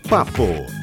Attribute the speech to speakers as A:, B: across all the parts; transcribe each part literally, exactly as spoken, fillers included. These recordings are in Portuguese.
A: Papo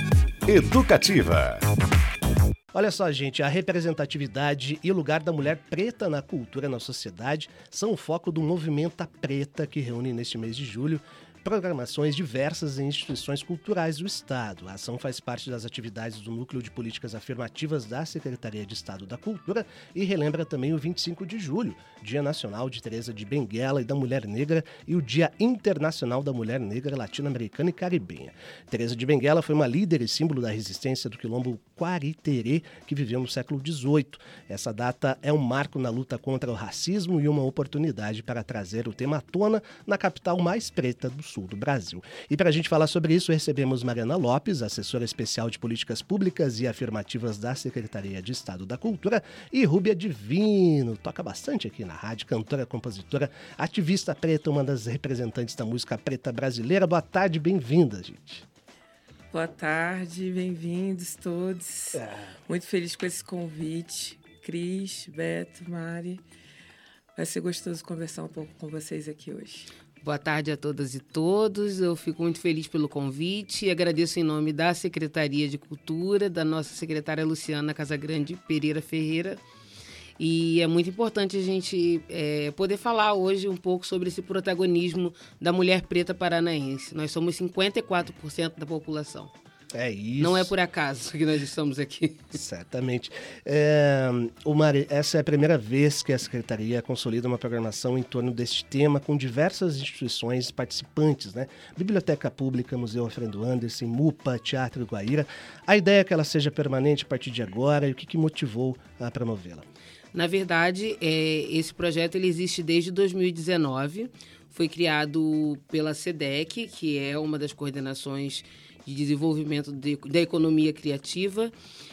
A: Educativa.
B: Olha só, gente, a representatividade e o lugar da mulher preta na cultura, na sociedade, são o foco do Movimenta Preta, que reúne neste mês de julho programações diversas em instituições culturais do Estado. A ação faz parte das atividades do Núcleo de Políticas Afirmativas da Secretaria de Estado da Cultura e relembra também o vinte e cinco de julho, Dia Nacional de Teresa de Benguela e da Mulher Negra, e o Dia Internacional da Mulher Negra Latino-Americana e Caribenha. Teresa de Benguela foi uma líder e símbolo da resistência do quilombo Quariterê, que viveu no século dezoito. Essa data é um marco na luta contra o racismo e uma oportunidade para trazer o tema à tona na capital mais preta do sul do Brasil. E para a gente falar sobre isso, recebemos Mariana Lopes, assessora especial de Políticas Públicas e Afirmativas da Secretaria de Estado da Cultura, e Rúbia Divino, toca bastante aqui na rádio, cantora, compositora, ativista preta, uma das representantes da música preta brasileira. Boa tarde, bem-vinda, gente.
C: Boa tarde, bem-vindos todos. É. Muito feliz com esse convite. Cris, Beto, Mari. Vai ser gostoso conversar um pouco com vocês aqui hoje.
D: Boa tarde a todas e todos. Eu fico muito feliz pelo convite e agradeço em nome da Secretaria de Cultura, da nossa secretária Luciana Casagrande Pereira Ferreira. E é muito importante a gente é, poder falar hoje um pouco sobre esse protagonismo da mulher preta paranaense. Nós somos cinquenta e quatro por cento da população.
B: É isso.
D: Não é por acaso que nós estamos aqui.
B: Certamente. É, o Mari, essa é a primeira vez que a Secretaria consolida uma programação em torno deste tema, com diversas instituições participantes, né? Biblioteca Pública, Museu Alfredo Anderson, MUPA, Teatro Guaíra. A ideia é que ela seja permanente a partir de agora, e o que, que motivou a promovê-la?
D: Na verdade, é, esse projeto ele existe desde dois mil e dezenove. Foi criado pela SEDEC, que é uma das coordenações de desenvolvimento de, da economia criativa,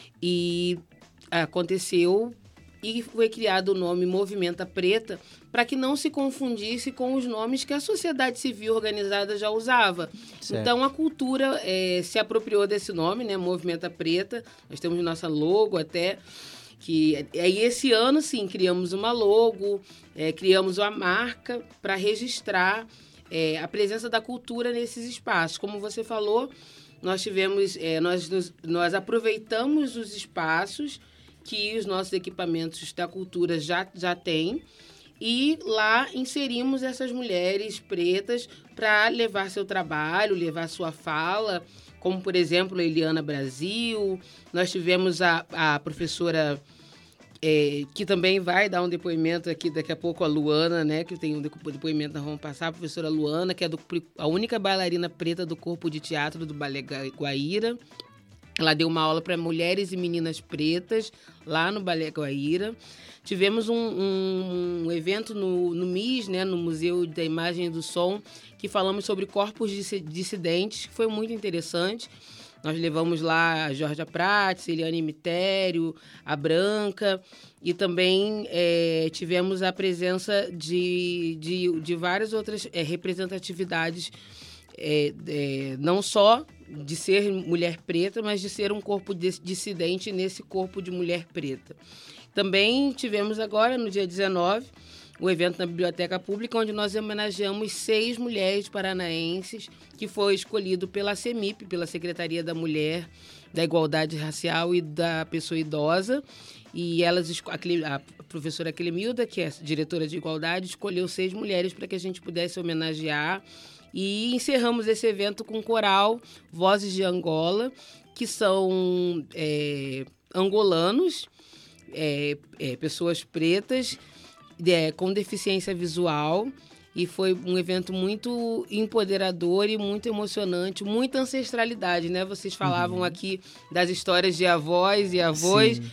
D: e aconteceu e foi criado o nome Movimenta Preta para que não se confundisse com os nomes que a sociedade civil organizada já usava. Certo. Então, a cultura é, se apropriou desse nome, né, Movimenta Preta. Nós temos nossa logo até, que aí esse ano, sim, criamos uma logo, é, criamos uma marca para registrar é, a presença da cultura nesses espaços. Como você falou, nós tivemos, é, nós, nos, nós aproveitamos os espaços que os nossos equipamentos da cultura já, já têm e lá inserimos essas mulheres pretas para levar seu trabalho, levar sua fala, como, por exemplo, a Eliana Brasil. Nós tivemos a, a professora... É, que também vai dar um depoimento aqui daqui a pouco, a Luana, né, que tem um depoimento, nós vamos passar, a professora Luana, que é do, a única bailarina preta do corpo de teatro do Balé Guaíra. Ela deu uma aula para mulheres e meninas pretas lá no Balé Guaíra. Tivemos um, um, um evento no, no M I S, né, no Museu da Imagem e do Som, que falamos sobre corpos dissidentes, que foi muito interessante. Nós levamos lá a Georgia Prates, Eliane Mitério, a Branca, e também é, tivemos a presença de, de, de várias outras é, representatividades, é, é, não só de ser mulher preta, mas de ser um corpo dissidente nesse corpo de mulher preta. Também tivemos agora, no dia dezenove, o evento na Biblioteca Pública, onde nós homenageamos seis mulheres paranaenses, que foi escolhido pela CEMIP, pela Secretaria da Mulher, da Igualdade Racial e da Pessoa Idosa. E elas, a professora Clemilda, que é diretora de Igualdade, escolheu seis mulheres para que a gente pudesse homenagear. E encerramos esse evento com o coral Vozes de Angola, que são é, angolanos, é, é, pessoas pretas, É, com deficiência visual, e foi um evento muito empoderador e muito emocionante, muita ancestralidade, né? Vocês falavam uhum. aqui das histórias de avós e avós.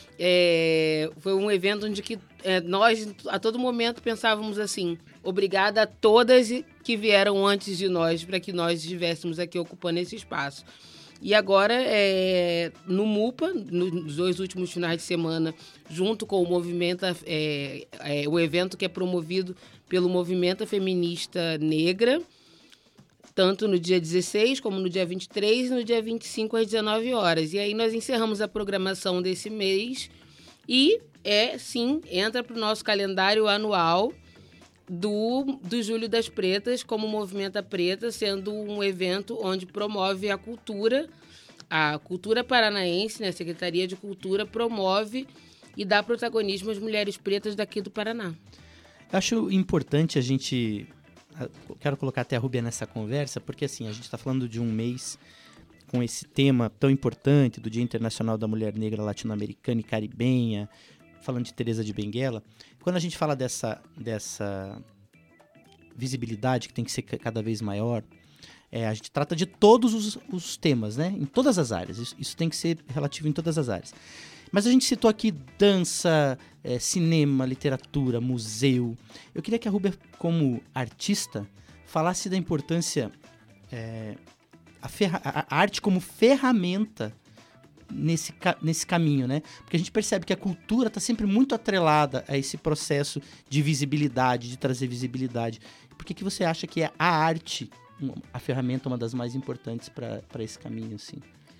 D: É, foi um evento onde que, é, nós, a todo momento, pensávamos assim: obrigada a todas que vieram antes de nós, para que nós estivéssemos aqui ocupando esse espaço. E agora, é, no MUPA, nos dois últimos finais de semana, junto com o Movimento, é, é, o evento que é promovido pelo Movimento Feminista Negra, tanto no dia dezesseis, como no dia vinte e três e no dia vinte e cinco, às dezenove horas. E aí nós encerramos a programação desse mês e, é, sim, entra para o nosso calendário anual do, do Julho das Pretas, como Movimenta Preta, sendo um evento onde promove a cultura, a cultura paranaense, né? A Secretaria de Cultura promove e dá protagonismo às mulheres pretas daqui do Paraná.
E: Eu acho importante a gente... Eu quero colocar até a Rúbia nessa conversa, porque assim, a gente está falando de um mês com esse tema tão importante do Dia Internacional da Mulher Negra Latino-Americana e Caribenha, falando de Teresa de Benguela. Quando a gente fala dessa, dessa visibilidade que tem que ser cada vez maior, é, a gente trata de todos os, os temas, né? Em todas as áreas. Isso, isso tem que ser relativo em todas as áreas. Mas a gente citou aqui dança, é, cinema, literatura, museu. Eu queria que a Rúbia, como artista, falasse da importância, é, a, ferra- a arte como ferramenta nesse, ca- nesse caminho, né? Porque a gente percebe que a cultura está sempre muito atrelada a esse processo de visibilidade, de trazer visibilidade. Por que, que você acha que é a arte, a ferramenta, uma das mais importantes para esse caminho, assim?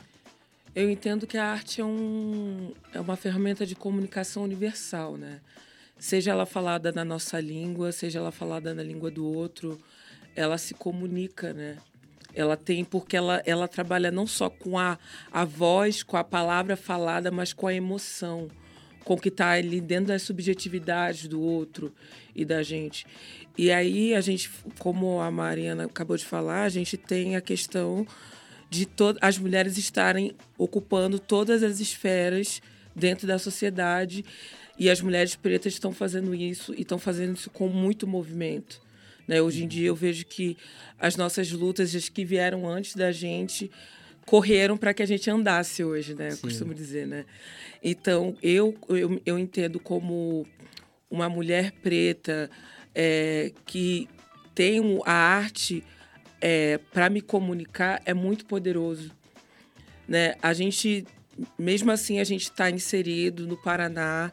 C: Eu entendo que a arte é, um, é uma ferramenta de comunicação universal, né? Seja ela falada na nossa língua, seja ela falada na língua do outro, ela se comunica, né? Ela tem, porque ela, ela trabalha não só com a, a voz, com a palavra falada, mas com a emoção, com o que está ali dentro das subjetividades do outro e da gente. E aí, a gente, como a Mariana acabou de falar, a gente tem a questão de to- as mulheres estarem ocupando todas as esferas dentro da sociedade, e as mulheres pretas estão fazendo isso e estão fazendo isso com muito movimento, né? Hoje em dia eu vejo que as nossas lutas, as que vieram antes da gente, correram para que a gente andasse hoje, né? Eu costumo dizer, né? Então, eu, eu, eu entendo como uma mulher preta é, que tem a arte é, para me comunicar é muito poderoso, né? A gente, mesmo assim, a gente está inserido no Paraná,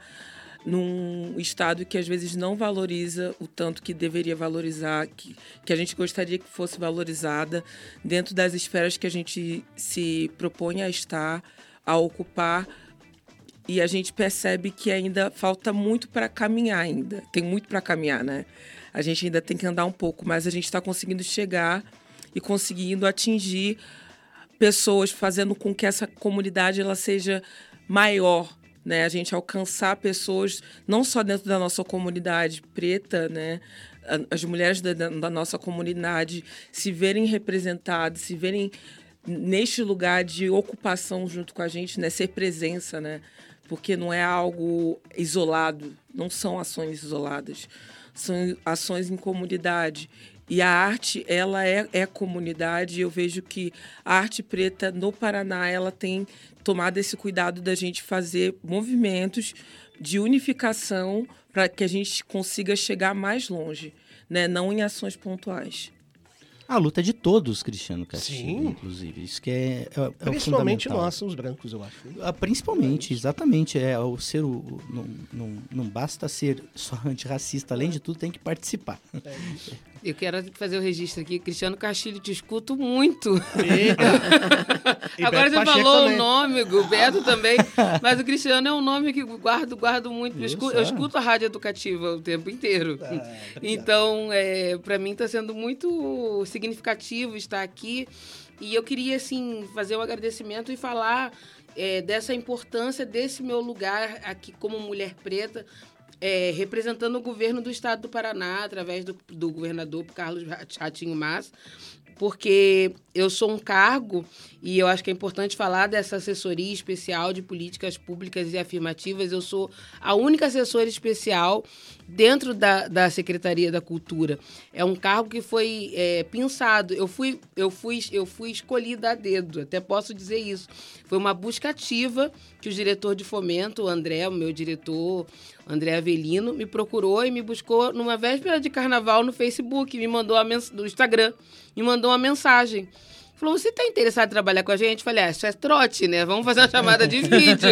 C: num estado que às vezes não valoriza o tanto que deveria valorizar, que, que a gente gostaria que fosse valorizada dentro das esferas que a gente se propõe a estar, a ocupar, e a gente percebe que ainda falta muito para caminhar ainda. Tem muito para caminhar, né? A gente ainda tem que andar um pouco, mas a gente está conseguindo chegar e conseguindo atingir pessoas, fazendo com que essa comunidade ela seja maior, né? A gente alcançar pessoas não só dentro da nossa comunidade preta, né? As mulheres da, da nossa comunidade se verem representadas, se verem neste lugar de ocupação junto com a gente, né? Ser presença, né? Porque não é algo isolado, não são ações isoladas, são ações em comunidade. E a arte, ela é, é comunidade, e eu vejo que a arte preta no Paraná, ela tem tomado esse cuidado da gente fazer movimentos de unificação para que a gente consiga chegar mais longe, né? Não em ações pontuais.
E: A luta é de todos, Cristiano Castilho,
B: Sim.
E: inclusive. Isso que é, é, é
B: Principalmente
E: o fundamental.
B: nós, os brancos, eu acho.
E: Ah, principalmente, exatamente. É, o ser, o, não, não, não basta ser só antirracista, além de tudo tem que participar.
B: É isso.
D: Eu quero fazer o registro aqui. Cristiano Castilho, te escuto muito.
B: E
D: Agora
B: Beto
D: você
B: Pacheco
D: falou
B: também.
D: o nome, o Beto também. Mas o Cristiano é um nome que guardo, guardo muito. Eu escuto, eu escuto a rádio educativa o tempo inteiro.
B: Ah, obrigado.
D: Então, é, para mim está sendo muito significativo estar aqui. E eu queria, assim, fazer um agradecimento e falar é, dessa importância desse meu lugar aqui como mulher preta, é, representando o governo do estado do Paraná, através do, do governador Carlos Ratinho Massa, porque eu sou um cargo, e eu acho que é importante falar dessa assessoria especial de políticas públicas e afirmativas. Eu sou a única assessora especial dentro da, da Secretaria da Cultura. É um cargo que foi é, pensado. Eu fui, eu, fui, eu fui escolhida a dedo, até posso dizer isso. Foi uma busca ativa que o diretor de fomento, o André, o meu diretor, André Avelino, me procurou e me buscou numa véspera de carnaval no Facebook, me mandou a mens- no Instagram, me mandou uma mensagem. Falou, você está interessado em trabalhar com a gente? Falei, ah, isso é trote, né? Vamos fazer uma chamada de vídeo.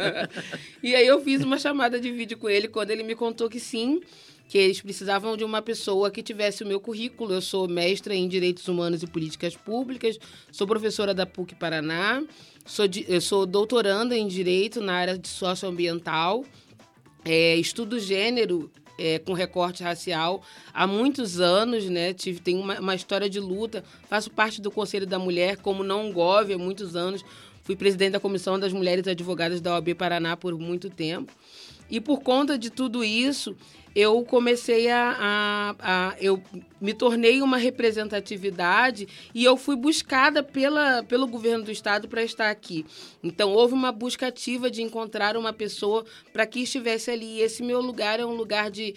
D: E aí eu fiz uma chamada de vídeo com ele, quando ele me contou que sim, que eles precisavam de uma pessoa que tivesse o meu currículo. Eu sou mestra em Direitos Humanos e Políticas Públicas, sou professora da P U C Paraná, sou, di- eu sou doutoranda em Direito na área de socioambiental, é, estudo gênero é, com recorte racial há muitos anos, né? Tive, tenho uma, uma história de luta, faço parte do Conselho da Mulher, como não gove há muitos anos, fui presidente da Comissão das Mulheres Advogadas da O A B Paraná por muito tempo. E por conta de tudo isso, eu comecei a, a, a... Eu me tornei uma representatividade e eu fui buscada pela, pelo governo do estado para estar aqui. Então, houve uma busca ativa de encontrar uma pessoa para que estivesse ali. E esse meu lugar é um lugar de...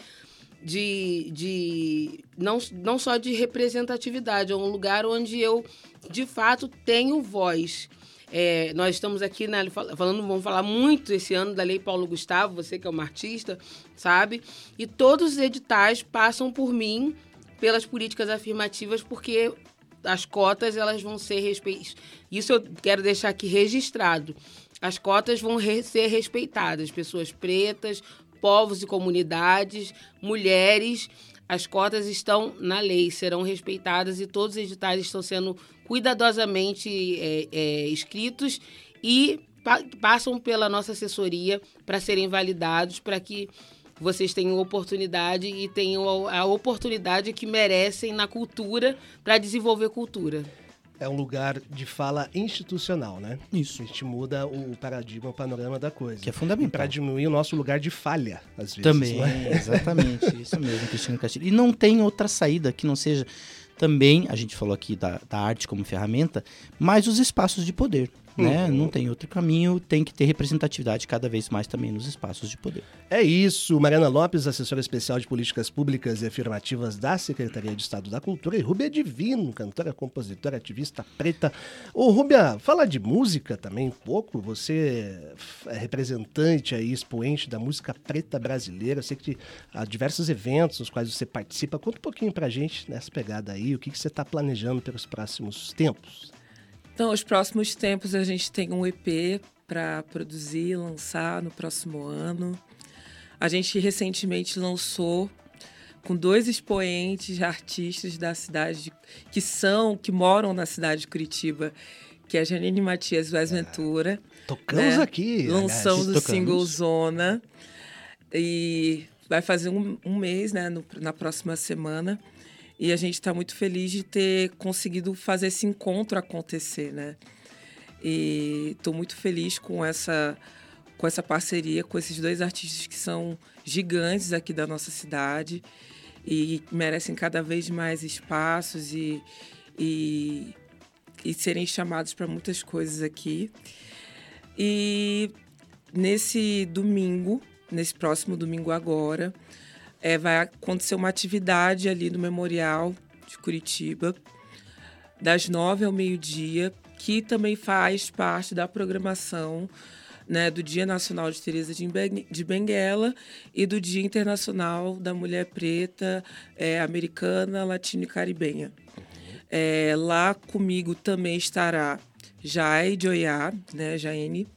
D: de, de não, não só de representatividade, é um lugar onde eu, de fato, tenho voz. É, nós estamos aqui na, falando, vamos falar muito esse ano da Lei Paulo Gustavo, você que é uma artista, sabe? E todos os editais passam por mim, pelas políticas afirmativas, porque as cotas elas vão ser respeitadas. Isso eu quero deixar aqui registrado. As cotas vão re- ser respeitadas. Pessoas pretas, povos e comunidades, mulheres, as cotas estão na lei, serão respeitadas e todos os editais estão sendo cuidadosamente é, é, escritos e pa- passam pela nossa assessoria para serem validados, para que vocês tenham oportunidade e tenham a oportunidade que merecem na cultura para desenvolver cultura.
B: É um lugar de fala institucional, né?
E: Isso.
B: A gente muda o paradigma, o panorama da coisa.
E: Que é fundamental.
B: Para diminuir o nosso lugar de falha, às vezes.
E: Também,
B: não é?
E: exatamente. Isso mesmo, Cristina Castilho. E não tem outra saída que não seja também, a gente falou aqui da, da arte como ferramenta, mas os espaços de poder. Né?
B: Uhum.
E: Não tem outro caminho, tem que ter representatividade cada vez mais também nos espaços de poder.
B: É isso. Mariana Lopes, assessora especial de políticas públicas e afirmativas da Secretaria de Estado da Cultura, e Rúbia Divino, cantora, compositora, ativista preta. Ô, Rúbia, fala de música também um pouco. Você é representante aí, expoente da música preta brasileira. Eu sei que há diversos eventos nos quais você participa. Conta um pouquinho pra gente nessa pegada aí, o que, que você está planejando pelos próximos tempos.
C: Então, os próximos tempos a gente tem um E P para produzir e lançar no próximo ano. A gente recentemente lançou com dois expoentes artistas da cidade, de, que são, que moram na cidade de Curitiba, que é a Janine Matias e o Wes Ventura.
B: Tocamos
C: né?
B: aqui.
C: Lançamos
B: aliás,
C: o single Zona. E vai fazer um, um mês, né, no, na próxima semana. E a gente está muito feliz de ter conseguido fazer esse encontro acontecer, né? E estou muito feliz com essa, com essa parceria com esses dois artistas que são gigantes aqui da nossa cidade e merecem cada vez mais espaços e, e, e serem chamados para muitas coisas aqui. E nesse domingo, nesse próximo domingo agora, É, vai acontecer uma atividade ali no Memorial de Curitiba, das nove ao meio-dia, que também faz parte da programação, né, do Dia Nacional de Teresa de Benguela e do Dia Internacional da Mulher Preta, é, Americana, Latina e Caribenha. É, lá comigo também estará Jai Joiá, né, Jaine,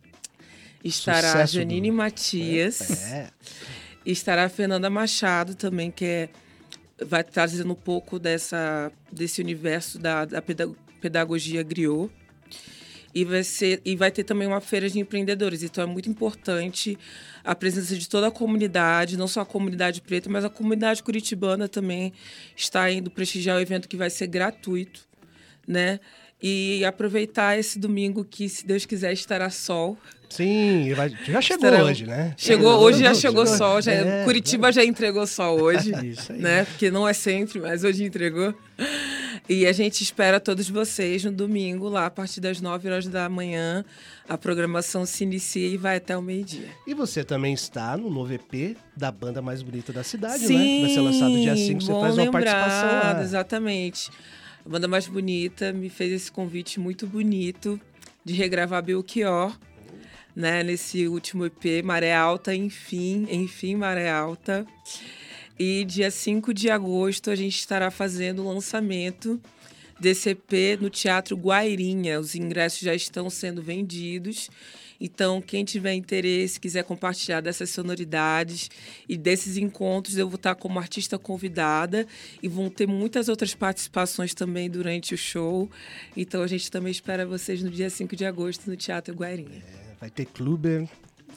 C: estará
B: Sucesso
C: Janine
B: do...
C: Matias.
B: É. é.
C: E estará a Fernanda Machado também, que é, vai trazendo um pouco dessa, desse universo da, da pedagogia griot. E vai, ser, e vai ter também uma feira de empreendedores. Então, é muito importante a presença de toda a comunidade, não só a comunidade preta, mas a comunidade curitibana também está indo prestigiar o evento, que vai ser gratuito, né? E aproveitar esse domingo que, se Deus quiser, estará sol.
B: Sim, já chegou
C: Estará...
B: hoje, né?
C: Chegou, hoje já chegou
B: chegou.
C: sol. Já...
B: É,
C: Curitiba é. já entregou sol hoje,
E: Isso aí.
C: né? Porque não é sempre, mas hoje entregou. E a gente espera todos vocês no domingo, lá a partir das nove horas da manhã. A programação se inicia e vai até o meio-dia.
B: E você também está no novo E P da banda mais bonita da cidade,
C: Sim,
B: né? Que vai ser lançado dia cinco, você faz uma
C: lembrado,
B: participação lá.
C: Exatamente. A banda mais bonita me fez esse convite muito bonito de regravar Belchior, né, nesse último E P, Maré Alta, enfim, enfim, Maré Alta. E dia cinco de agosto a gente estará fazendo o lançamento desse E P no Teatro Guairinha. Os ingressos já estão sendo vendidos. Então, quem tiver interesse, quiser compartilhar dessas sonoridades e desses encontros, eu vou estar como artista convidada e vão ter muitas outras participações também durante o show. Então, a gente também espera vocês no dia cinco de agosto no Teatro Guairinha.
B: É, vai ter Kluber,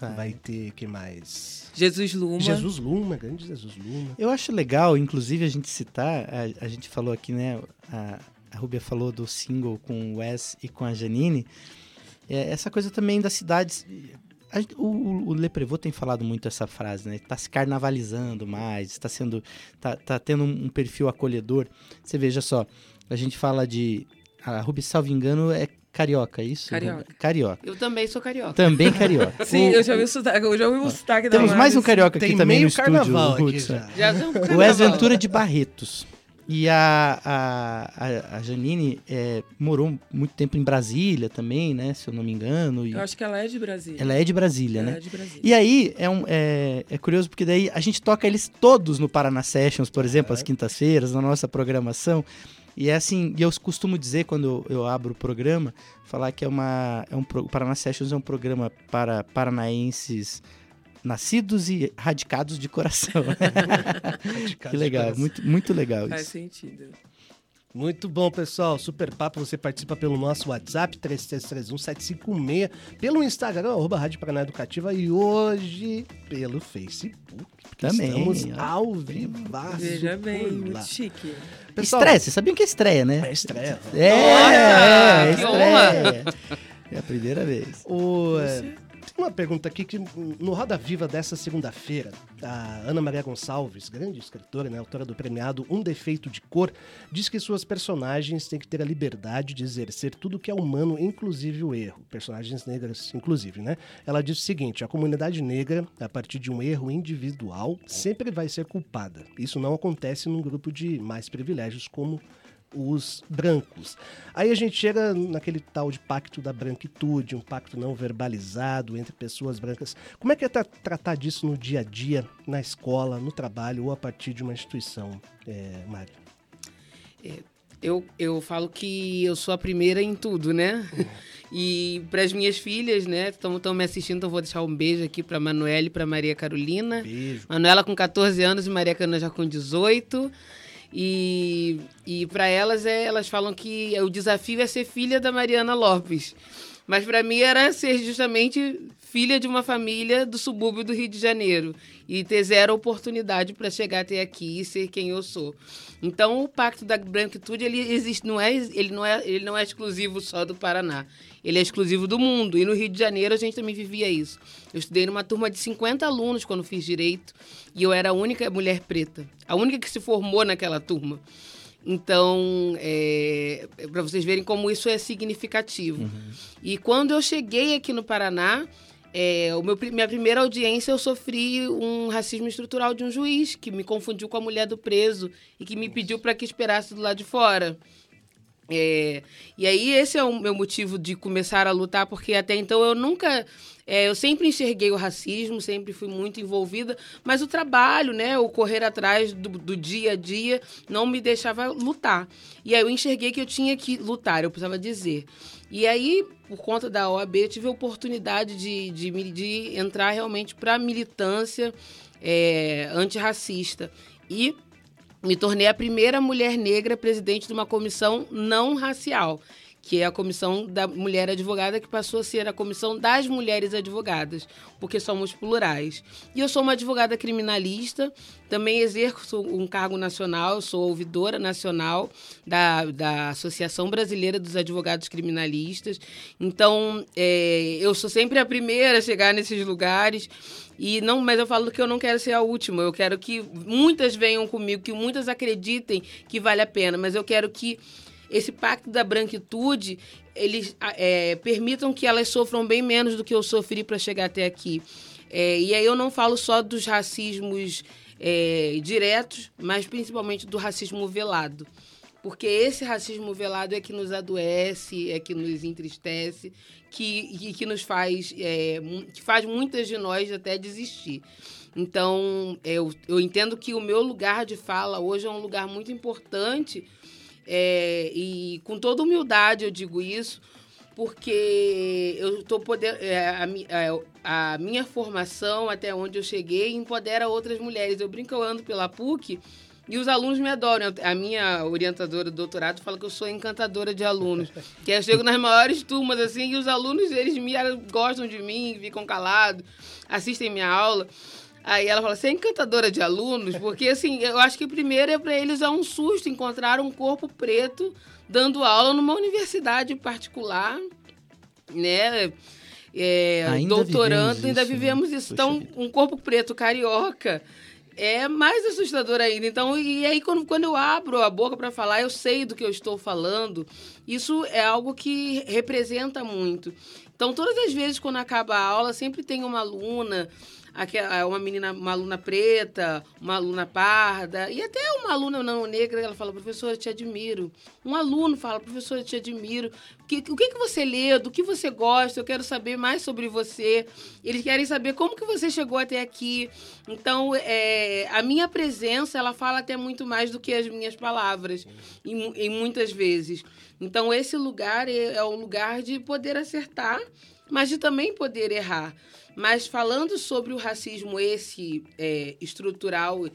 E: Vai.
B: vai ter, que mais?
C: Jesus Luma.
B: Jesus Luma, grande Jesus Luma.
E: Eu acho legal, inclusive, a gente citar, a, a gente falou aqui, né, a, a Rúbia falou do single com o Wes e com a Janine, é, essa coisa também das cidades... A, o, o Le Prévost tem falado muito essa frase, né? Está se carnavalizando mais, está sendo, tá, tá tendo um perfil acolhedor. Você veja só, a gente fala de... A Rúbia, salvo engano, é carioca, é isso?
C: Carioca.
E: Carioca.
D: Eu também sou carioca.
E: Também carioca.
C: Sim,
E: o,
C: eu já vi o sotaque, eu já ouvi o sotaque da
E: Temos
C: Mari,
E: mais um
C: assim.
E: carioca aqui
B: Tem
E: também
B: meio
E: no estúdio,
B: carnaval aqui
E: Hudson.
B: já.
D: Já sou um
E: O Wes
D: carnaval.
E: Ventura de Barretos. E a, a, a, a Janine é, morou muito tempo em Brasília também, né? Se eu não me engano. E
C: Eu acho que ela é de Brasília.
E: ela é de Brasília,
C: Ela
E: né?
C: é de Brasília.
E: E aí, é, um, é, é curioso porque daí a gente toca eles todos no Paraná Sessions, por exemplo, às quintas-feiras, na nossa programação. E é assim, e eu costumo dizer quando eu, eu abro o programa, falar que é uma, é um, pro- o Paraná Sessions é um programa para paranaenses nascidos e radicados de coração. Que legal, muito, muito legal
C: Faz
E: isso.
C: sentido.
B: Muito bom, pessoal. Super Papo, você participa pelo nosso WhatsApp, três três três um sete cinco seis, pelo Instagram, arroba Rádio Paraná Educativa, e hoje pelo Facebook. Porque
E: Também,
B: estamos
E: ó.
B: ao vivaço.
C: Veja bem,
B: por
C: muito
B: lá.
C: chique.
B: Pessoal,
E: Estreia, vocês sabiam que é estreia, né?
B: É estreia.
E: É,
D: Nossa,
E: é,
D: que
E: estreia. É a primeira vez.
B: O, é, tem uma pergunta aqui que no Roda Viva dessa segunda-feira, a Ana Maria Gonçalves, grande escritora, né, autora do premiado Um Defeito de Cor, diz que suas personagens têm que ter a liberdade de exercer tudo que é humano, inclusive o erro. Personagens negras, inclusive, né? Ela diz o seguinte: a comunidade negra, a partir de um erro individual, sempre vai ser culpada. Isso não acontece num grupo de mais privilégios como os brancos. Aí a gente chega naquele tal de pacto da branquitude, um pacto não verbalizado entre pessoas brancas. Como é que é tra- tratar disso no dia a dia, na escola, no trabalho ou a partir de uma instituição, é, Mari?
D: Eu, eu falo que eu sou a primeira em tudo, né? E para as minhas filhas, né, estão me assistindo, então vou deixar um beijo aqui para Manuela e para Maria Carolina.
B: Beijo.
D: Manuela com catorze anos e Maria Carolina já com dezoito. E, e para elas, é, elas falam que o desafio é ser filha da Mariana Lopes. Mas para mim era ser justamente filha de uma família do subúrbio do Rio de Janeiro e ter zero oportunidade para chegar até aqui e ser quem eu sou. Então o Pacto da Branquitude ele existe, não é, ele não é, ele não é exclusivo só do Paraná. Ele é exclusivo do mundo. E no Rio de Janeiro a gente também vivia isso. Eu estudei numa turma de cinquenta alunos quando fiz Direito e eu era a única mulher preta, a única que se formou naquela turma. Então, é, para vocês verem como isso é significativo. Uhum. E quando eu cheguei aqui no Paraná, é, o meu, minha primeira audiência eu sofri um racismo estrutural de um juiz que me confundiu com a mulher do preso e que me pediu para que esperasse do lado de fora. É, e aí esse é o meu motivo de começar a lutar, porque até então eu nunca... É, eu sempre enxerguei o racismo, sempre fui muito envolvida, mas o trabalho, né, o correr atrás do, do dia a dia não me deixava lutar. E aí eu enxerguei que eu tinha que lutar, eu precisava dizer. E aí, por conta da O A B, eu tive a oportunidade de, de, de entrar realmente para a militância é, antirracista. E me tornei a primeira mulher negra presidente de uma comissão não racial, que é a Comissão da Mulher Advogada, que passou a ser a Comissão das Mulheres Advogadas, porque somos plurais. E eu sou uma advogada criminalista, também exerço um cargo nacional, sou ouvidora nacional da, da Associação Brasileira dos Advogados Criminalistas. Então, é, eu sou sempre a primeira a chegar nesses lugares, e não, mas eu falo que eu não quero ser a última, eu quero que muitas venham comigo, que muitas acreditem que vale a pena, mas eu quero que esse pacto da branquitude, eles é, permitam que elas sofram bem menos do que eu sofri para chegar até aqui. É, e aí eu não falo só dos racismos é, diretos, mas principalmente do racismo velado. Porque esse racismo velado é que nos adoece, é que nos entristece, que, que, que nos faz, é, que faz muitas de nós até desistir. Então, eu, eu entendo que o meu lugar de fala hoje é um lugar muito importante. É, e com toda humildade eu digo isso, porque eu estou podendo, é, a, a minha formação até onde eu cheguei empodera outras mulheres. Eu brinco, eu ando pela P U C E os alunos me adoram. A minha orientadora do doutorado fala que eu sou encantadora de alunos. Que eu chego nas maiores turmas, assim, e os alunos, eles me gostam de mim, ficam calados, assistem minha aula. Aí ela fala, você é encantadora de alunos? Porque, assim, eu acho que primeiro é para eles é um susto encontrar um corpo preto dando aula numa universidade particular, né? É,
E: ainda
D: doutorando,
E: vivemos
D: ainda
E: isso,
D: vivemos
E: né?
D: isso.
E: Poxa
D: Então,
E: vida.
D: um corpo preto carioca é mais assustador ainda. Então, e aí, quando, quando eu abro a boca para falar, eu sei do que eu estou falando. Isso é algo que representa muito. Então, todas as vezes, quando acaba a aula, sempre tem uma aluna, uma menina, uma aluna preta, uma aluna parda, e até uma aluna não negra, ela fala, professora, eu te admiro. Um aluno fala, professora, eu te admiro. O que, o que, que você lê? Do que você gosta? Eu quero saber mais sobre você. Eles querem saber como que você chegou até aqui. Então, é, a minha presença, ela fala até muito mais do que as minhas palavras, em, em muitas vezes. Então, esse lugar é, é um lugar de poder acertar, mas de também poder errar. Mas falando sobre o racismo esse é, estrutural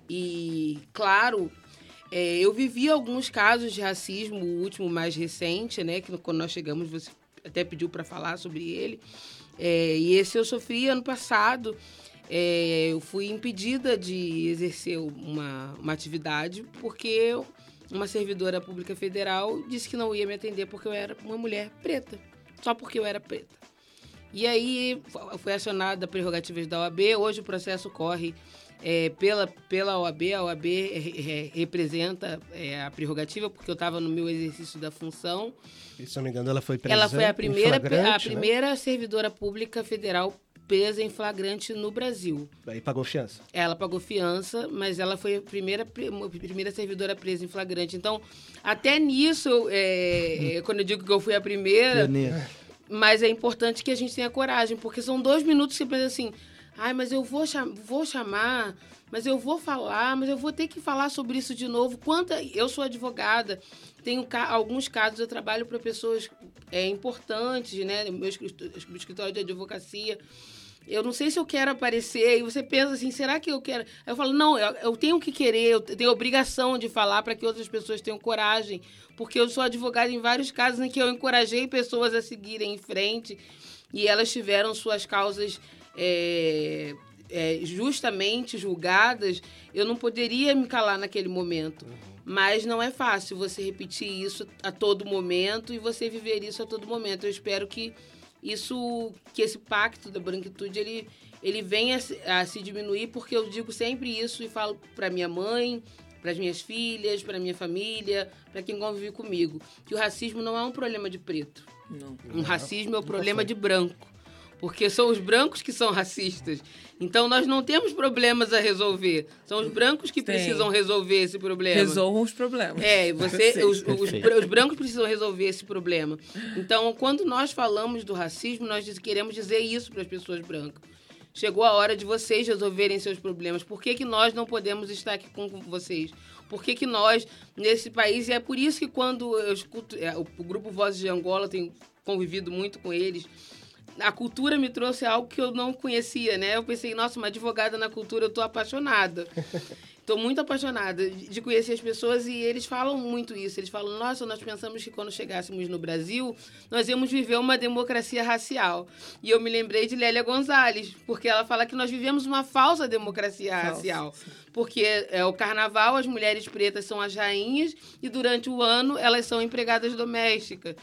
D: e, claro, é, eu vivi alguns casos de racismo, o último mais recente, né, que quando nós chegamos você até pediu para falar sobre ele, é, e esse eu sofri ano passado. É, eu fui impedida de exercer uma, uma atividade porque uma servidora pública federal disse que não ia me atender porque eu era uma mulher preta, só porque eu era preta. E aí foi acionada prerrogativas da O A B. Hoje o processo corre é, pela, pela O A B. A O A B é, é, representa é, a prerrogativa, porque eu estava no meu exercício da função.
B: E, se não me engano, ela foi presa
D: Ela foi a primeira,
B: em flagrante,
D: a primeira
B: né?
D: servidora pública federal presa em flagrante no Brasil.
B: Aí pagou fiança.
D: Ela pagou fiança, mas ela foi a primeira, a primeira servidora presa em flagrante. Então, até nisso, é, quando eu digo que eu fui a primeira...
E: Pioneira.
D: Mas é importante que a gente tenha coragem, porque são dois minutos que você pensa assim, ai, mas eu vou, cham- vou chamar, mas eu vou falar, mas eu vou ter que falar sobre isso de novo. Quanta... Eu sou advogada, tenho ca... alguns casos, eu trabalho para pessoas é, importantes, né? Meu escritório de advocacia. Eu não sei se eu quero aparecer, e você pensa assim, será que eu quero? Aí eu falo, não, eu, eu tenho que querer, eu tenho obrigação de falar para que outras pessoas tenham coragem, porque eu sou advogada em vários casos em que eu encorajei pessoas a seguirem em frente e elas tiveram suas causas é, é, justamente julgadas. Eu não poderia me calar naquele momento, mas não é fácil você repetir isso a todo momento e você viver isso a todo momento. Eu espero que Isso, que esse pacto da branquitude, ele, ele venha a, a se diminuir, porque eu digo sempre isso e falo para minha mãe, para as minhas filhas, para minha família, para quem convive comigo, que o racismo não é um problema de preto.
C: Não.
D: Um racismo é um problema de branco, porque são os brancos que são racistas. Então, nós não temos problemas a resolver. São os brancos que
C: Tem.
D: precisam resolver esse problema.
C: Resolvam os problemas.
D: É, você, os, os,
E: Perfeito.
D: os brancos precisam resolver esse problema. Então, quando nós falamos do racismo, nós diz- queremos dizer isso para as pessoas brancas. Chegou a hora de vocês resolverem seus problemas. Por que que nós não podemos estar aqui com vocês? Por que que nós, nesse país... E é por isso que quando eu escuto... É, o, o Grupo Vozes de Angola, eu tenho convivido muito com eles. A cultura me trouxe algo que eu não conhecia, né? Eu pensei, nossa, uma advogada na cultura, eu tô apaixonada. Estou muito apaixonada de conhecer as pessoas e eles falam muito isso. Eles falam, nossa, nós pensamos que quando chegássemos no Brasil, nós íamos viver uma democracia racial. E eu me lembrei de Lélia Gonzalez, porque ela fala que nós vivemos uma falsa democracia
C: Falsa,
D: racial.
C: sim.
D: Porque é o carnaval, as mulheres pretas são as rainhas e durante o ano elas são empregadas domésticas.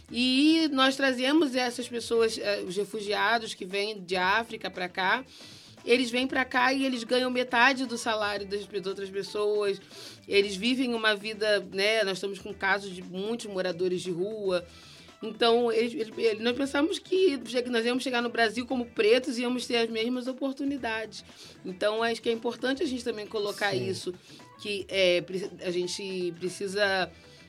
D: E nós trazemos essas pessoas, os refugiados que vêm de África para cá, eles vêm para cá e eles ganham metade do salário das outras pessoas, eles vivem uma vida, né? Nós estamos com casos de muitos moradores de rua. Então, eles, eles, nós pensamos que nós íamos chegar no Brasil como pretos e íamos ter as mesmas oportunidades. Então, acho que é importante a gente também colocar
B: Sim.
D: isso, que é, a gente precisa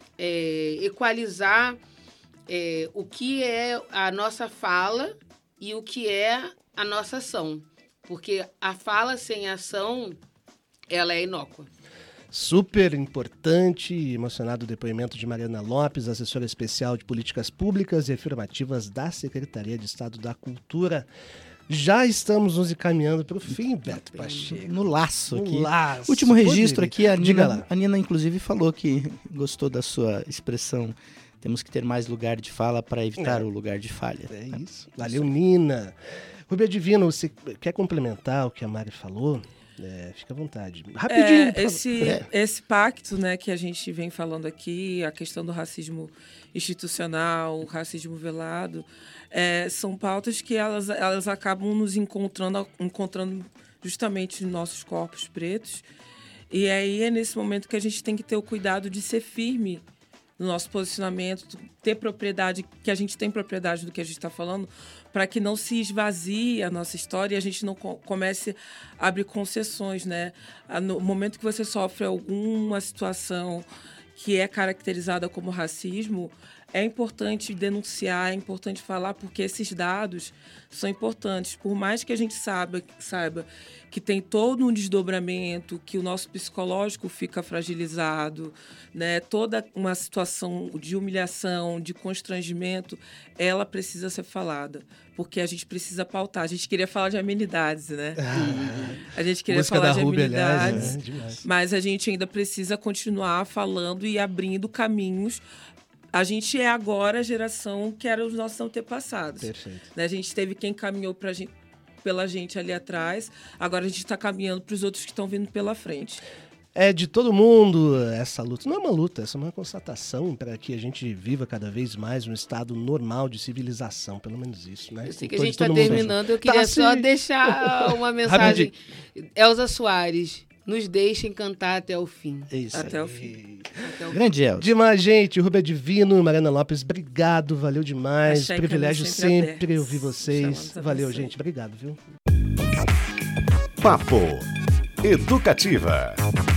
D: é, equalizar é, o que é a nossa fala e o que é a nossa ação. Porque a fala sem ação, ela é inócua.
B: Super importante e emocionado o depoimento de Mariana Lopes, assessora especial de Políticas Públicas e Afirmativas da Secretaria de Estado da Cultura. Já estamos nos encaminhando para o fim, Beto Pacheco.
E: No laço aqui.
B: No laço.
E: Último registro
B: Poderia.
E: aqui, a
B: Diga
E: Nina,
B: lá.
E: a Nina inclusive falou que gostou da sua expressão. Temos que ter mais lugar de fala para evitar
B: É.
E: o lugar de falha.
B: É isso. Valeu, Nina. Rubia Divino, você quer complementar o que a Mari falou? É, fica à vontade. Rapidinho.
C: É,
B: por favor.
C: esse,
B: É.
C: esse pacto, né, que a gente vem falando aqui, a questão do racismo institucional, o racismo velado, é, são pautas que elas, elas acabam nos encontrando, encontrando justamente nos nossos corpos pretos. E aí é nesse momento que a gente tem que ter o cuidado de ser firme no nosso posicionamento, ter propriedade, que a gente tem propriedade do que a gente está falando, para que não se esvazie a nossa história e a gente não co- comece a abrir concessões, né? Ah, no momento que você sofre alguma situação que é caracterizada como racismo, é importante denunciar, é importante falar, porque esses dados são importantes. Por mais que a gente saiba, saiba que tem todo um desdobramento, que o nosso psicológico fica fragilizado, né? Toda uma situação de humilhação, de constrangimento, ela precisa ser falada, porque a gente precisa pautar. A gente queria falar de amenidades, né? A gente queria
B: Música
C: falar
B: da
C: de
B: Rubia,
C: amenidades,
B: aliás, né? Demais.
C: mas a gente ainda precisa continuar falando e abrindo caminhos. A gente é agora a geração que era os nossos antepassados.
B: Perfeito.
C: Né? A gente teve quem caminhou pra gente, pela gente ali atrás, agora a gente está caminhando para os outros que estão vindo pela frente.
B: É de todo mundo essa luta. Não é uma luta, essa é uma constatação para que a gente viva cada vez mais um estado normal de civilização, pelo menos isso, né?
D: Eu sei que
B: Todo-
D: a gente está
B: todo mundo
D: terminando, eu
B: junto.
D: queria
B: Tá,
D: só
B: sim.
D: deixar uma mensagem. Elza Soares, nos deixem cantar até o fim.
B: É isso
C: Até
B: aí.
C: o fim.
D: Até o fim.
E: Grande Elza.
B: Demais, gente. Rubia Divino, Mariana Lopes, obrigado, valeu demais.
C: Achei que
B: Privilégio
C: eu sempre
B: sempre
C: aberto.
B: ouvir vocês.
C: Chamamos a
B: Valeu,
C: você.
B: gente. Obrigado, viu?
A: Papo Educativa.